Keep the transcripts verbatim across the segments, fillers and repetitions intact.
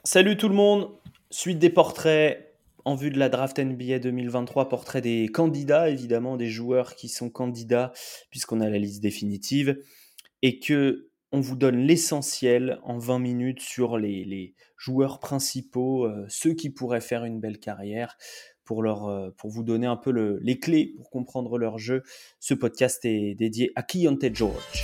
Salut tout le monde, suite des portraits en vue de la draft N B A deux mille vingt-trois, portrait des candidats évidemment, des joueurs qui sont candidats puisqu'on a la liste définitive et que on vous donne l'essentiel en vingt minutes sur les, les joueurs principaux, euh, ceux qui pourraient faire une belle carrière pour, leur, euh, pour vous donner un peu le- les clés pour comprendre leur jeu. Ce podcast est dédié à Keyonte George.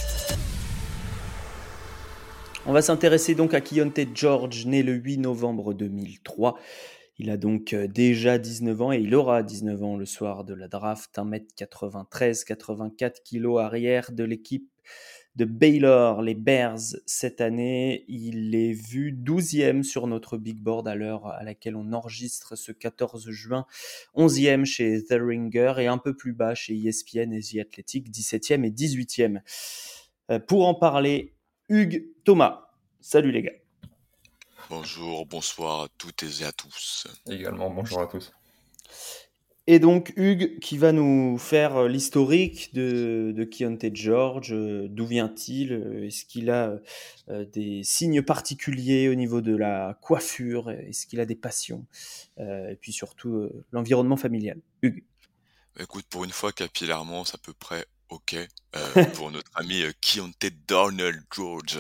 On va s'intéresser donc à Keyonte George, né le huit novembre deux mille trois. Il a donc euh, déjà dix-neuf ans et il aura dix-neuf ans le soir de la draft. un mètre quatre-vingt-treize, quatre-vingt-quatre kilos arrière de l'équipe de Baylor, les Bears, cette année. Il est vu douzième sur notre big board à l'heure à laquelle on enregistre ce quatorze juin, onzième chez The Ringer et un peu plus bas chez E S P N et The Athletic, dix-septième et dix-huitième. Euh, Pour en parler, Hugues Thomas. Salut les gars. Bonjour, bonsoir à toutes et à tous. Également, bonjour à tous. Et donc Hugues qui va nous faire euh, l'historique de, de Keyonte George, euh, d'où vient-il, euh, est-ce qu'il a euh, des signes particuliers au niveau de la coiffure, est-ce qu'il a des passions, euh, et puis surtout euh, l'environnement familial. Hugues. Écoute, pour une fois, capillairement, c'est à peu près OK. Euh, pour notre ami euh, Keyonte Darnell George,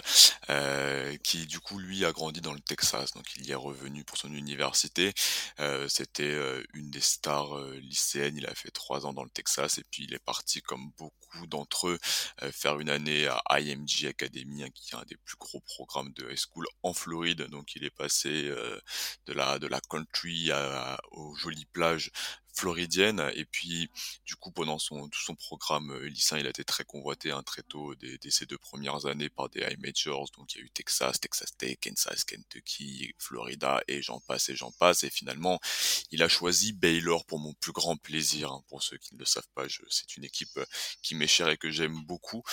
euh, qui du coup lui a grandi dans le Texas, donc il y est revenu pour son université. Euh, c'était euh, une des stars euh, lycéennes. Il a fait trois ans dans le Texas et puis il est parti comme beaucoup d'entre eux euh, faire une année à I M G Academy, hein, qui est un des plus gros programmes de high school en Floride. Donc il est passé euh, de la de la country à, aux jolies plages floridiennes. Et puis du coup, pendant son tout son programme euh, lycéen, il a été très convoité, hein, très tôt dès, dès ses deux premières années par des high majors. Donc il y a eu Texas, Texas Tech, Kansas, Kentucky, Florida et j'en passe et j'en passe. Et finalement, il a choisi Baylor pour mon plus grand plaisir, hein. Pour ceux qui ne le savent pas, je, c'est une équipe euh, qui m'est chère et que j'aime beaucoup.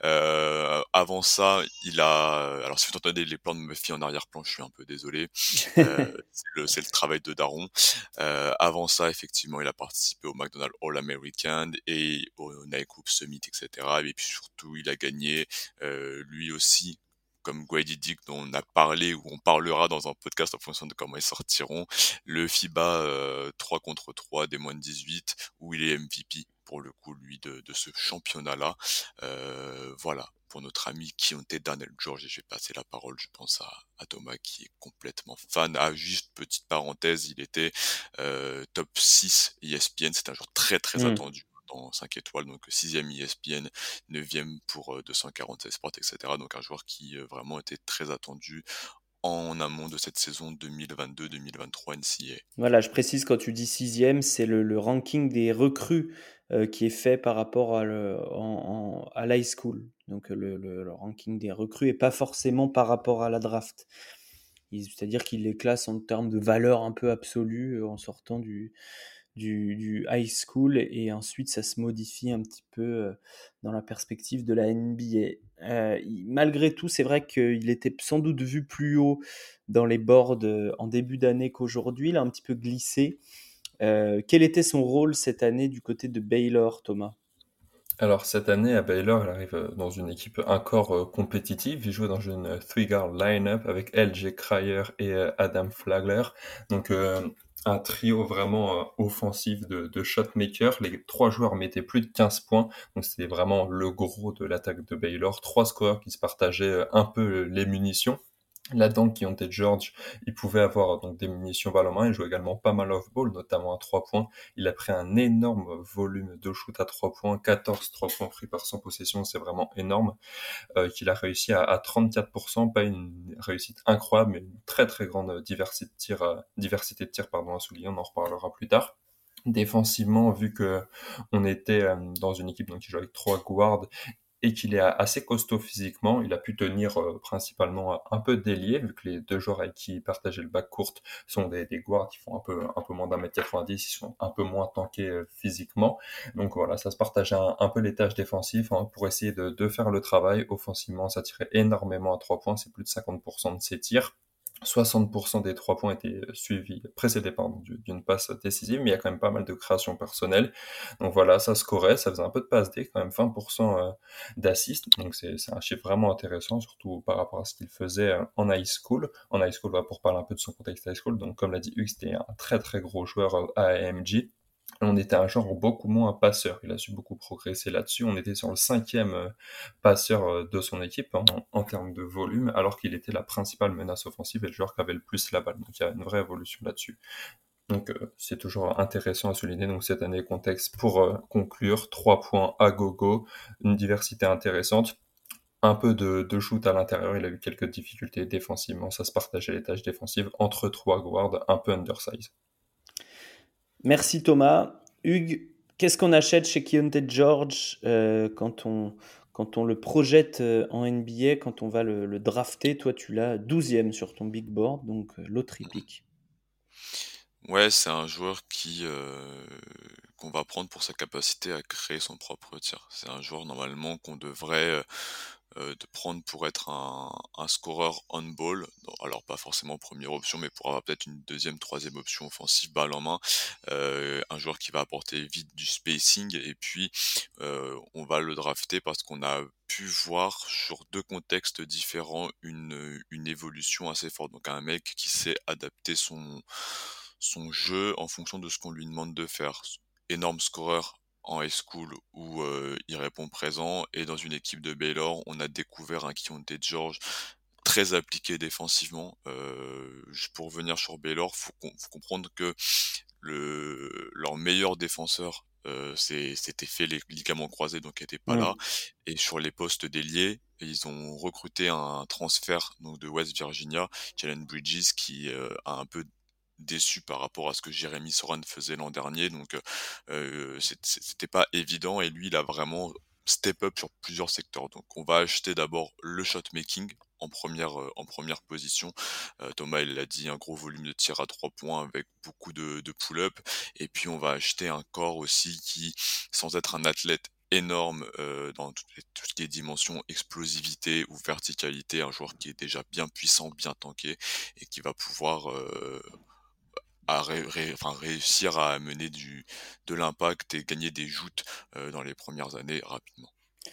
Euh, avant ça, il a, alors si vous entendez les plans de Muffy en arrière-plan, je suis un peu désolé. Euh, c'est le, c'est le travail de Daron. Euh, avant ça, effectivement, il a participé au McDonald's All-American et au Nike Hoop Summit, et cetera. Et puis surtout, il a gagné euh, lui aussi, comme Grady Dick dont on a parlé ou on parlera dans un podcast en fonction de comment ils sortiront, le FIBA euh, trois contre trois des moins de dix-huit, où il est M V P pour le coup, lui, de, de ce championnat-là. Euh, voilà, pour notre ami Keyonte Darnell George, et je vais passer la parole, je pense, à, à Thomas, qui est complètement fan. Ah, juste petite parenthèse, il était euh, top six E S P N, c'est un joueur très très Hmm. attendu dans cinq étoiles, donc sixième E S P N, neuvième pour euh, deux cent quarante-seize Sports, et cetera. Donc un joueur qui euh, vraiment était très attendu en amont de cette saison deux mille vingt-deux deux mille vingt-trois N C A A. Voilà, je précise quand tu dis sixième, c'est le, le ranking des recrues euh, qui est fait par rapport à, le, en, en- à l'high school. Donc le, le- le ranking des recrues et pas forcément par rapport à la draft. Il- C'est-à-dire qu'il les classe en termes de valeur un peu absolue euh, en sortant du, du, du high school et ensuite ça se modifie un petit peu euh, dans la perspective de la N B A. Euh, il- malgré tout, c'est vrai qu'il était sans doute vu plus haut dans les boards euh, en début d'année qu'aujourd'hui. Il a un petit peu glissé. Euh, quel était son rôle cette année du côté de Baylor, Thomas? Alors cette année à Baylor, il arrive euh, dans une équipe encore euh, compétitive. Il joue dans une euh, three-guard line-up avec L J Cryer et euh, Adam Flagler. Donc euh, un trio vraiment euh, offensif de, de shotmakers. Les trois joueurs mettaient plus de quinze points. Donc c'était vraiment le gros de l'attaque de Baylor. Trois scoreurs qui se partageaient euh, un peu euh, les munitions. Là-dedans, Keyonte George, il pouvait avoir donc des munitions balle en main. Il joue également pas mal off-ball, notamment à trois points. Il a pris un énorme volume de shoot à trois points, quatorze trois points pris par cent possessions, c'est vraiment énorme. Euh, qu'il a réussi à, à trente-quatre pour cent, pas une réussite incroyable, mais une très très grande diversité de tirs, euh, diversité de tirs pardon, à souligner. On en reparlera plus tard. Défensivement, vu que on était euh, dans une équipe donc qui joue avec trois guards et qu'il est assez costaud physiquement, il a pu tenir euh, principalement un peu d'ailier, vu que les deux joueurs avec qui il partageait le bac court sont des, des guards qui font un peu, un peu moins d'un mètre quatre-vingt-dix, ils sont un peu moins tankés euh, physiquement. Donc voilà, ça se partageait un, un peu les tâches défensives hein, pour essayer de, de faire le travail. Offensivement, ça tirait énormément à trois points, c'est plus de cinquante pour cent de ses tirs. soixante pour cent des trois points étaient suivis, précédés pardon, d'une passe décisive, mais il y a quand même pas mal de créations personnelles. Donc voilà, ça scorait, ça faisait un peu de passe D, quand même vingt pour cent euh, d'assists. Donc c'est c'est un chiffre vraiment intéressant, surtout par rapport à ce qu'il faisait euh, en high school. En high school, voilà, pour parler un peu de son contexte high school, donc comme l'a dit Hugues, c'était un très très gros joueur euh, à A M G. On était un genre beaucoup moins passeur. Il a su beaucoup progresser là-dessus. On était sur le cinquième euh, passeur euh, de son équipe en, en termes de volume, alors qu'il était la principale menace offensive et le joueur qui avait le plus la balle. Donc il y a une vraie évolution là-dessus. Donc euh, c'est toujours intéressant à souligner. Donc cette année, contexte pour euh, conclure, trois points à gogo, une diversité intéressante. Un peu de, de shoot à l'intérieur, il a eu quelques difficultés défensivement, ça se partageait les tâches défensives entre trois guards un peu undersize. Merci Thomas. Hugues, qu'est-ce qu'on achète chez Keontae George euh, quand, on, quand on le projette euh, en N B A, quand on va le, le drafter? Toi, tu l'as douzième sur ton big board, donc euh, loterie pick. Ouais, c'est un joueur qui euh, qu'on va prendre pour sa capacité à créer son propre tir. C'est un joueur normalement qu'on devrait euh, euh, de prendre pour être un, un scoreur on-ball. Non, alors pas forcément première option, mais pour avoir peut-être une deuxième, troisième option offensive balle en main. Euh, un joueur qui va apporter vite du spacing et puis euh, on va le drafter parce qu'on a pu voir sur deux contextes différents une, une évolution assez forte. Donc un mec qui sait adapter son son jeu en fonction de ce qu'on lui demande de faire. Énorme scoreur en high school où euh, il répond présent, et dans une équipe de Baylor, on a découvert un Keontae George très appliqué défensivement. Euh, juste pour revenir sur Baylor, faut, com- faut comprendre que le leur meilleur défenseur euh, c'est- s'était fait les ligaments croisés, donc il était pas là. Mm. Et sur les postes d'ailier, ils ont recruté un transfert donc de West Virginia, Jalen Bridges, qui euh, a un peu déçu par rapport à ce que Jeremy Soran faisait l'an dernier. Donc euh, c'est- c'est- c'était pas évident, et lui il a vraiment step up sur plusieurs secteurs. Donc on va acheter d'abord le shot making en première euh, en première position. Euh, Thomas il l'a dit, un gros volume de tir à trois points avec beaucoup de, de pull-up, et puis on va acheter un corps aussi qui, sans être un athlète énorme euh, dans toutes les, tout ce qui est dimension explosivité ou verticalité, un joueur qui est déjà bien puissant, bien tanké, et qui va pouvoir euh, à ré- ré- enfin, réussir à amener du, de l'impact et gagner des joutes euh, dans les premières années rapidement.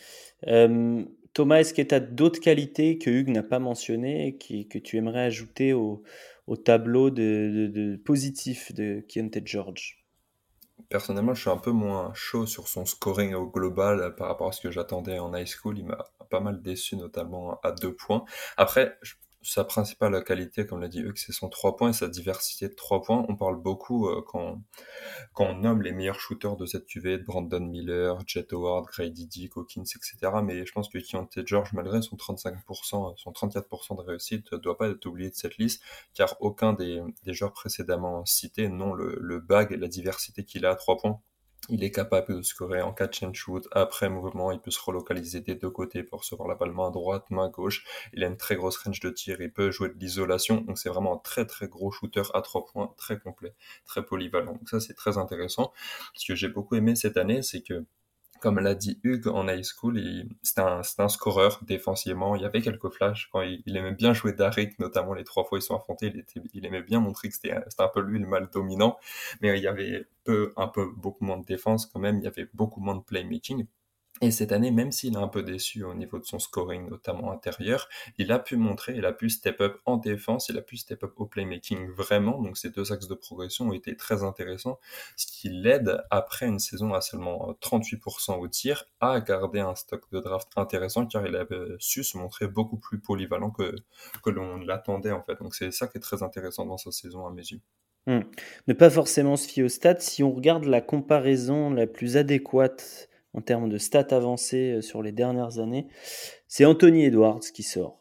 Euh, Thomas, est-ce que tu as d'autres qualités que Hugues n'a pas mentionnées et qui- que tu aimerais ajouter au, au tableau de, de, de positif de Keontae George? Personnellement, je suis un peu moins chaud sur son scoring au global euh, par rapport à ce que j'attendais en high school. Il m'a pas mal déçu, notamment à deux points. Après, je- sa principale qualité, comme l'a dit Hugues, c'est son trois points et sa diversité de trois points. On parle beaucoup euh, quand, quand on nomme les meilleurs shooters de cette cuvée, Brandon Miller, Jet Howard, Grady Dick, Hawkins, et cetera. Mais je pense que Keontae George, malgré son trente-cinq pour cent, son trente-quatre pour cent de réussite, ne doit pas être oublié de cette liste, car aucun des, des joueurs précédemment cités n'ont le, le bag et la diversité qu'il a à trois points. Il est capable de scorer en catch and shoot, après mouvement, il peut se relocaliser des deux côtés pour recevoir la balle main droite, main gauche. Il a une très grosse range de tir, il peut jouer de l'isolation, donc c'est vraiment un très très gros shooter à trois points, très complet, très polyvalent. Donc ça c'est très intéressant. Ce que j'ai beaucoup aimé cette année, c'est que comme l'a dit Hugues en high school, il- c'était un, c'était un scoreur défensivement. Il y avait quelques flashs quand il, il aimait bien jouer Derrick, notamment les trois fois ils sont affrontés. Il, était, il aimait bien montrer que c'était c'était un peu lui le mal dominant, mais il y avait peu, un peu beaucoup moins de défense quand même. Il y avait beaucoup moins de playmaking. Et cette année, même s'il est un peu déçu au niveau de son scoring, notamment intérieur, il a pu montrer, il a pu step up en défense, il a pu step up au playmaking vraiment. Donc ces deux axes de progression ont été très intéressants, ce qui l'aide, après une saison à seulement trente-huit pour cent au tir, à garder un stock de draft intéressant, car il avait su se montrer beaucoup plus polyvalent que, que l'on l'attendait en fait. Donc c'est ça qui est très intéressant dans sa saison à mes yeux. Hmm. Ne pas forcément se fier aux stats. Si on regarde la comparaison la plus adéquate en termes de stats avancées euh, sur les dernières années, c'est Anthony Edwards qui sort.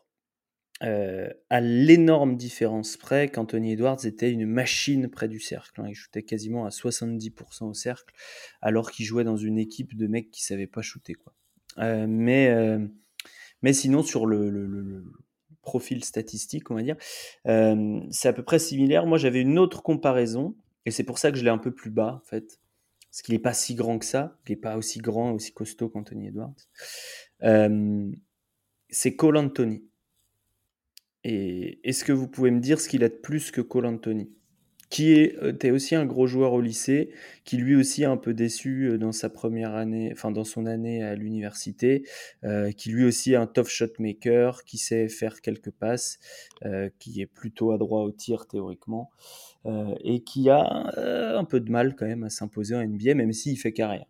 Euh, à l'énorme différence près qu'Anthony Edwards était une machine près du cercle. Hein. Il shootait quasiment à soixante-dix pour cent au cercle, alors qu'il jouait dans une équipe de mecs qui ne savaient pas shooter. Quoi. Euh, mais, euh, mais sinon, sur le, le, le, le profil statistique, on va dire, euh, c'est à peu près similaire. Moi, j'avais une autre comparaison, et c'est pour ça que je l'ai un peu plus bas, en fait. Parce qu'il n'est pas si grand que ça. Il n'est pas aussi grand, aussi costaud qu'Anthony Edwards. Euh, c'est Cole Anthony. Et est-ce que vous pouvez me dire ce qu'il a de plus que Cole Anthony? Qui est, heu, tu aussi un gros joueur au lycée, qui lui aussi a un peu déçu, heu, dans sa première année, enfin dans son année à l'université, heu, qui lui aussi est un tough shot maker, qui sait faire quelques passes, heu, qui est plutôt adroit au tir théoriquement, heu, et qui a, heu, un peu de mal quand même à s'imposer en N B A, même s'il fait carrière.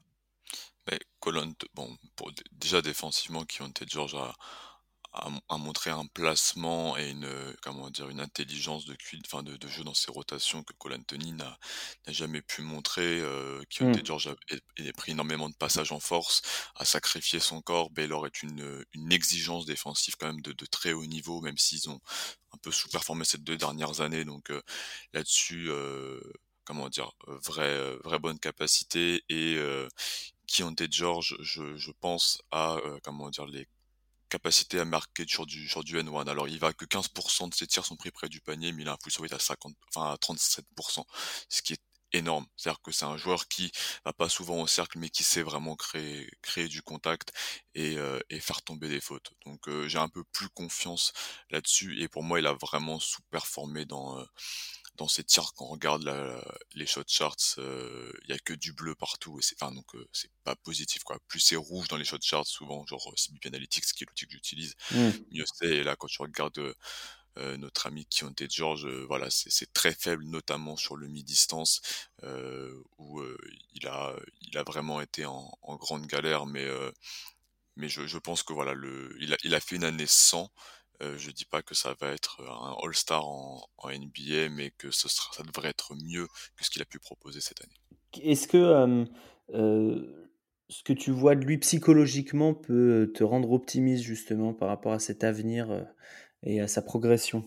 Mais Colon, bon, pour d déjà défensivement, Keyonte George a a a montré un placement et une, heu, comment dire? Une intelligence de cui enfin de de jeu dans ses rotations que Cole Anthony n'a n'a jamais pu montrer, heu, Keyonte Mmh. George a est est pris énormément de passages en force, a sacrifié son corps. Baylor est une, heu, une exigence défensive quand même de de très haut niveau, même s'ils ont un peu sous-performé ces deux dernières années, donc heu, là-dessus, heu, comment dire? Heu, vraie, heu, vraie bonne capacité et heu, Keyonte George, je je pense a, heu, comment dire? Les capacité à marquer sur du sur du N un. Alors il va que quinze de ses tirs sont pris près du panier, mais il a un full rate à cinquante enfin à trente-sept, ce qui est énorme. C'est-à-dire que c'est un joueur qui va pas souvent au cercle, mais qui sait vraiment créer créer du contact et heu et faire tomber des fautes. Donc heu, j'ai un peu plus confiance là-dessus et pour moi, il a vraiment sous-performé dans, heu, dans ses tirs. Quand on regarde la les shot charts, heu, il y a que du bleu partout et c'est enfin donc heu, c'est pas positif quoi. Plus c'est rouge dans les shot charts souvent, genre C B P Analytics qui est l'outil que j'utilise, Mmh. mieux c'est. Et là quand tu regardes, heu heu, notre ami Keyonte George, heu, voilà, c'est c'est très faible, notamment sur le mi-distance, heu, où, heu, il a il a vraiment été en en grande galère, mais heu, mais je je pense que voilà, le il a il a fait une année sans, heu, je dis pas que ça va être, un all-star en en N B A, mais que ce sera ça devrait être mieux que ce qu'il a pu proposer cette année. Est-ce que, hem, heu, ce que tu vois de lui psychologiquement peut te rendre optimiste justement par rapport à cet avenir, heu, et à sa progression?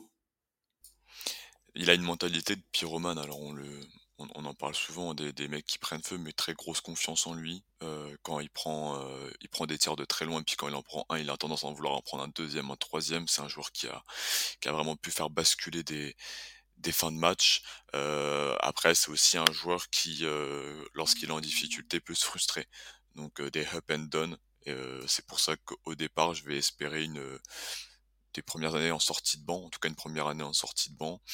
Il a une mentalité de pyromane, alors on le on on en parle souvent des des mecs qui prennent feu, mais très grosse confiance en lui. Heu, quand il prend, heu, il prend des tirs de très loin, puis quand il en prend un, il a tendance à en vouloir en prendre un deuxième, un troisième. C'est un joueur qui a qui a vraiment pu faire basculer des des fins de match. Heu, après c'est aussi un joueur qui, heu, lorsqu'il est en difficulté, peut se frustrer. Donc heu, des up and down, et heu, c'est pour ça qu'au départ, je vais espérer une, des premières années en sortie de banc, en tout cas une première année en sortie de banc,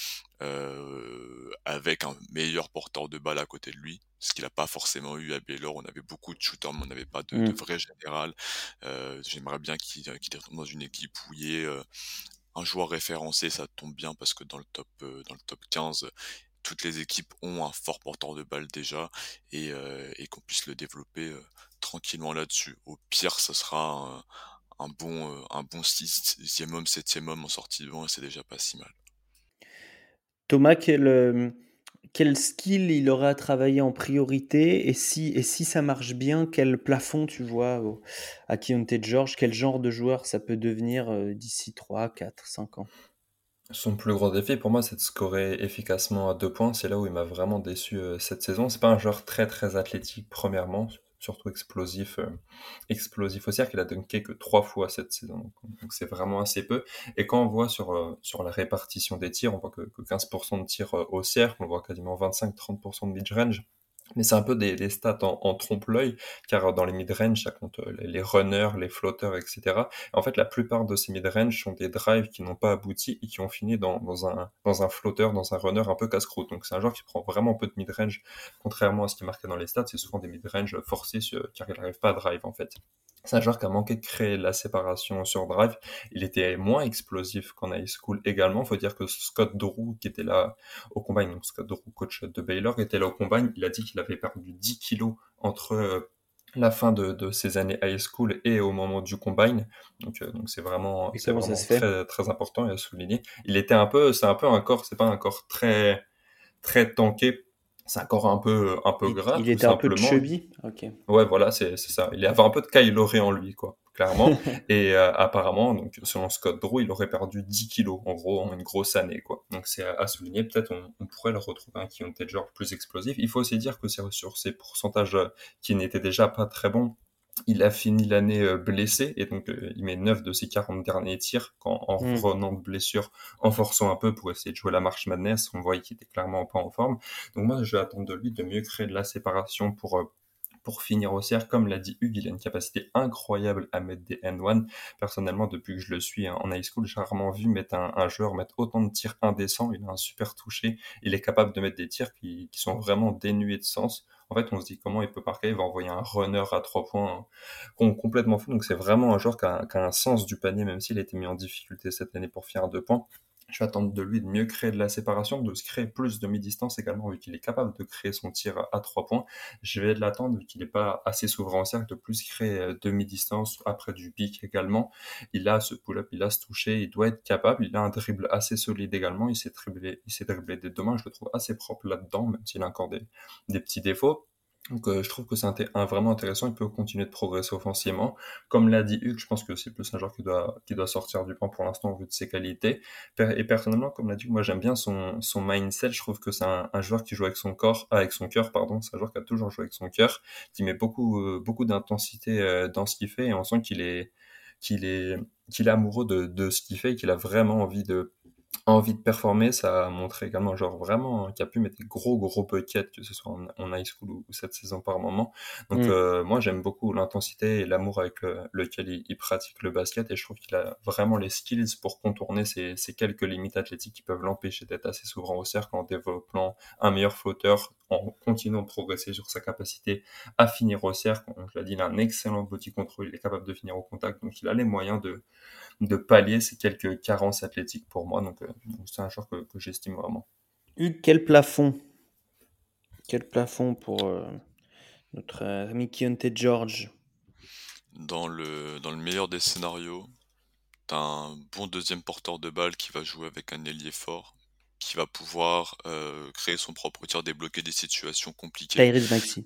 heu, avec un meilleur porteur de balle à côté de lui, ce qu'il a pas forcément eu à Baylor. On avait beaucoup de shooters, mais on n'avait pas de de Mmh. vrai général. Heu, j'aimerais bien qu'il, heu, qu'il retourne dans une équipe où il y ait, heu, un joueur référencé. Ça tombe bien parce que dans le top, heu, dans le top quinze, toutes les équipes ont un fort porteur de balle déjà, et heu et qu'on puisse le développer, heu, tranquillement là-dessus. Au pire, ce sera un un bon, heu, un bon six sixième homme, septième homme en sortie de banc et c'est déjà pas si mal. Thomas, quel, hem, quel skill il aura à travailler en priorité? Et si et si ça marche bien, quel plafond tu vois au à Keyonte George? Quel genre de joueur ça peut devenir, heu, d'ici trois, quatre, cinq ans? Son plus gros défi pour moi, c'est de scorer efficacement à deux points. C'est là où il m'a vraiment déçu, heu, cette saison. C'est pas un joueur très, très athlétique premièrement, surtout explosif, heu, explosif au cercle. Il a dunké que trois fois cette saison, donc donc c'est vraiment assez peu et quand on voit sur, heu, sur la répartition des tirs, on voit que que quinze de tirs, heu, au cercle, on voit quasiment vingt-cinq trente de mid-range. Mais c'est un peu des des stats en en trompe-l'œil, car dans les mid-range, ça compte, heu, les les runners, les flotteurs et cetera. En fait, la plupart de ces mid-range sont des drives qui n'ont pas abouti et qui ont fini dans dans un dans un flotteur, dans un runner un peu casse-croûte. Donc c'est un joueur qui prend vraiment peu de mid-range, contrairement à ce qui est marqué dans les stats, c'est souvent des mid-range forcés su car il n'arrive pas à drive, en fait. C'est un joueur qui a manqué de créer la séparation sur drive. Il était moins explosif qu'en high school également. Faut dire que Scott Drew, qui était là au combine, donc Scott Drew, coach de Baylor, était là au combine. Il a dit qu'il avait perdu dix kilos entre euh, la fin de, de ses années high school et au moment du combine. Donc, euh, donc c'est vraiment, Et c'est comment ça vraiment se fait? très, très important et à souligner. Il était un peu, c'est un peu un corps, c'est pas un corps très, très tanké. C'est un corps un peu, un peu Il gras, il tout était un peu simplement. chubby? OK. Ouais, voilà, c'est c'est ça. Il y avait un peu de Kylo Ren en lui, quoi, clairement. Et euh, apparemment, donc selon Scott Drew, il aurait perdu dix kilos, en gros, en une grosse année, quoi. Donc c'est à, à souligner. Peut-être on, on pourrait le retrouver un Keontae George plus explosif. Il faut aussi dire que c'est sur ses pourcentages euh, qui n'étaient déjà pas très bons. Il a fini l'année euh, blessé et donc euh, il met neuf de ses quarante derniers tirs quand, en Mmh. revenant de blessure, en forçant un peu pour essayer de jouer la marche Madness. On voyait qu'il était clairement pas en forme. Donc moi, je vais attendre de lui de mieux créer de la séparation pour euh, pour finir au cercle. Comme l'a dit Hugues, il a une capacité incroyable à mettre des end one. Personnellement, depuis que je le suis en high school, j'ai rarement vu mettre un, un joueur mettre autant de tirs indécents. Il a un super toucher. Il est capable de mettre des tirs qui, qui sont vraiment dénués de sens. En fait, on se dit comment il peut marquer. Il va envoyer un runner à trois points hein, complètement fou. Donc, c'est vraiment un joueur qui a, qui a un sens du panier, même s'il a été mis en difficulté cette année pour faire deux points. Je vais attendre de lui de mieux créer de la séparation, de se créer plus de mi-distance également, vu qu'il est capable de créer son tir à trois points. Je vais l'attendre, vu qu'il n'est pas assez souverain au cercle, de plus créer de mi-distance après du pick également. Il a ce pull-up, il a ce toucher, il doit être capable. Il a un dribble assez solide également. Il s'est dribblé, il s'est dribblé des deux mains. Je le trouve assez propre là-dedans, même s'il a encore des, des petits défauts. Donc euh, je trouve que c'est un, un vraiment intéressant, il peut continuer de progresser offensivement. Comme l'a dit Hugues, je pense que c'est plus un joueur qui doit, qui doit sortir du banc pour l'instant au vu de ses qualités. Et personnellement, comme l'a dit, moi j'aime bien son, son mindset, je trouve que c'est un, un joueur qui joue avec son corps, avec son cœur, pardon, c'est un joueur qui a toujours joué avec son cœur, qui met beaucoup, euh, beaucoup d'intensité euh, dans ce qu'il fait, et on sent qu'il est, qu'il est, qu'il est amoureux de, de ce qu'il fait, et qu'il a vraiment envie de envie de performer. Ça a montré également genre vraiment qui a pu mettre des gros gros buckets, que ce soit en, en high school ou, ou cette saison par moment. Donc mm. euh, moi j'aime beaucoup l'intensité et l'amour avec le, lequel il, il pratique le basket, et je trouve qu'il a vraiment les skills pour contourner ces, ces quelques limites athlétiques qui peuvent l'empêcher d'être assez souverain au cercle, en développant un meilleur flotteur, en continuant de progresser sur sa capacité à finir au cercle. Donc, je l'ai dit, il a un excellent body control, il est capable de finir au contact, donc il a les moyens de de pallier ces quelques carences athlétiques pour moi. Donc, euh, c'est un joueur que, que j'estime vraiment. Hugues, quel plafond Quel plafond pour euh, notre ami Keyonte George? Dans le, dans le meilleur des scénarios, t'as un bon deuxième porteur de balle qui va jouer avec un ailier fort, qui va pouvoir euh, créer son propre tir, débloquer des situations compliquées. Tyrese Maxey.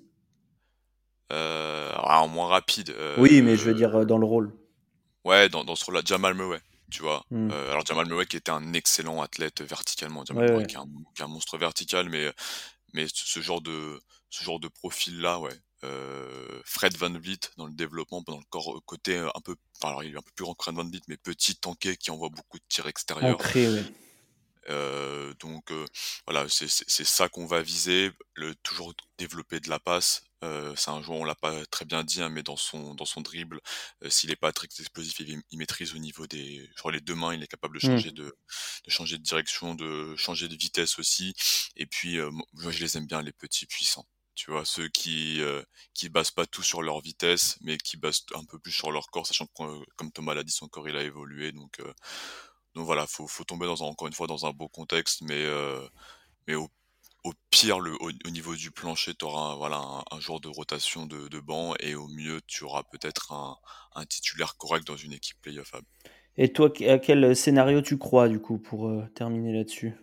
Euh, alors, moins rapide. Euh, oui, mais je veux dire euh, dans le rôle. Ouais, dans, dans ce rôle-là, Jamal Murray, tu vois. Mm. Euh, alors Jamal Murray qui était un excellent athlète verticalement, Jamal ouais, Murray ouais. Qui, est un, qui est un monstre vertical, mais mais ce genre de ce genre de profil-là, ouais. Euh, Fred VanVleet dans le développement, dans le corps côté un peu, enfin, alors il est un peu plus grand que Fred VanVleet, mais petit, tanké, qui envoie beaucoup de tirs extérieurs. Ancré, ouais. Euh, donc euh, voilà, c'est, c'est, c'est ça qu'on va viser, le toujours développer de la passe. Euh, c'est un joueur, on l'a pas très bien dit, hein, mais dans son dans son dribble, euh, s'il est pas très explosif, il, il maîtrise au niveau des, genre les deux mains, il est capable de changer mmh. de de changer de direction, de changer de vitesse aussi. Et puis euh, moi je les aime bien, les petits puissants. Tu vois, ceux qui euh, qui basent pas tout sur leur vitesse, mais qui basent un peu plus sur leur corps, sachant que euh, comme Thomas l'a dit, son corps il a évolué, donc euh, donc voilà, faut faut tomber dans un, encore une fois dans un beau contexte, mais euh, mais au, au pire, le au, au niveau du plancher, tu auras voilà un, un jour de rotation de, de banc, et au mieux tu auras peut-être un, un titulaire correct dans une équipe playoffable. Et toi, à quel scénario tu crois du coup pour euh, terminer là-dessus?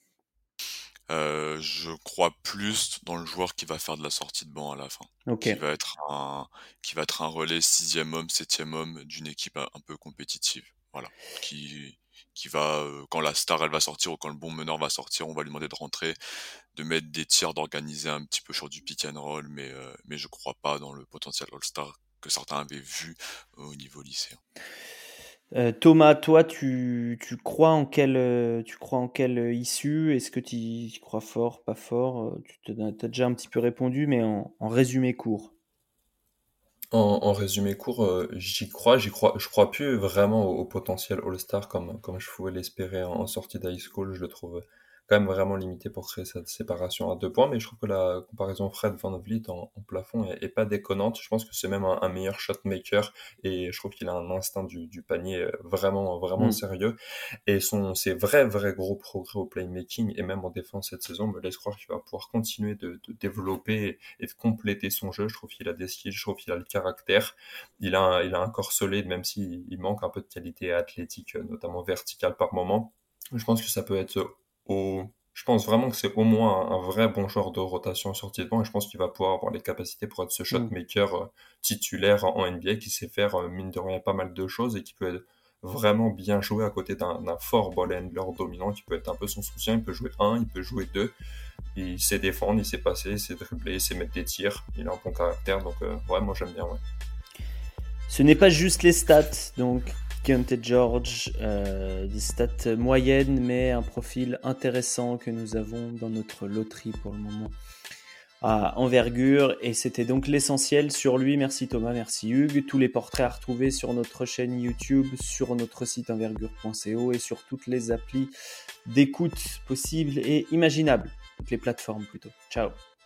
Euh, je crois plus dans le joueur qui va faire de la sortie de banc à la fin, okay. qui va être un qui va être un relais sixième homme, septième homme d'une équipe un, un peu compétitive, voilà, qui qui va euh, quand la star elle va sortir ou quand le bon meneur va sortir, on va lui demander de rentrer, de mettre des tirs, d'organiser un petit peu sur du pick and roll, mais euh, mais je crois pas dans le potentiel All-Star que certains avaient vu euh, au niveau lycéen. Euh, Thomas, toi, tu, tu crois en quelle, euh, tu crois en quelle euh, issue? Est-ce que tu y crois fort, pas fort? euh, Tu as déjà un petit peu répondu, mais en, en résumé court. En, en résumé court, euh, j'y crois, j'y crois, je crois plus vraiment au, au potentiel All-Star comme, comme je pouvais l'espérer en, en sortie d'high school. Je le trouve quand même vraiment limité pour créer cette séparation à deux points, mais je trouve que la comparaison Fred VanVleet en, en plafond est, est pas déconnante. Je pense que c'est même un, un meilleur shotmaker, et je trouve qu'il a un instinct du, du panier vraiment vraiment mmh. sérieux, et son ses vrais vrais gros progrès au playmaking et même en défense cette saison me laisse croire qu'il va pouvoir continuer de, de développer et de compléter son jeu. Je trouve qu'il a des skills, je trouve qu'il a le caractère, il a un, il a un corps solide, même s'il il manque un peu de qualité athlétique, notamment verticale par moment. Je pense que ça peut être au... Je pense vraiment que c'est au moins un, un vrai bon joueur de rotation en sortie de banc, et je pense qu'il va pouvoir avoir les capacités pour être ce shotmaker euh, titulaire en N B A, qui sait faire, euh, mine de rien, pas mal de choses, et qui peut être vraiment bien joué à côté d'un, d'un fort ball handler dominant, qui peut être un peu son soutien. Il peut jouer un, il peut jouer deux, il sait défendre, il sait passer, il sait dribbler, il sait mettre des tirs, il a un bon caractère, donc euh, ouais, moi j'aime bien, ouais. Ce n'est pas juste les stats, donc Keyonte George, euh, des stats moyennes, mais un profil intéressant que nous avons dans notre loterie pour le moment. à envergure, et c'était donc l'essentiel sur lui. Merci Thomas, merci Hugues. Tous les portraits à retrouver sur notre chaîne YouTube, sur notre site envergure point co et sur toutes les applis d'écoute possibles et imaginables, toutes les plateformes plutôt. Ciao.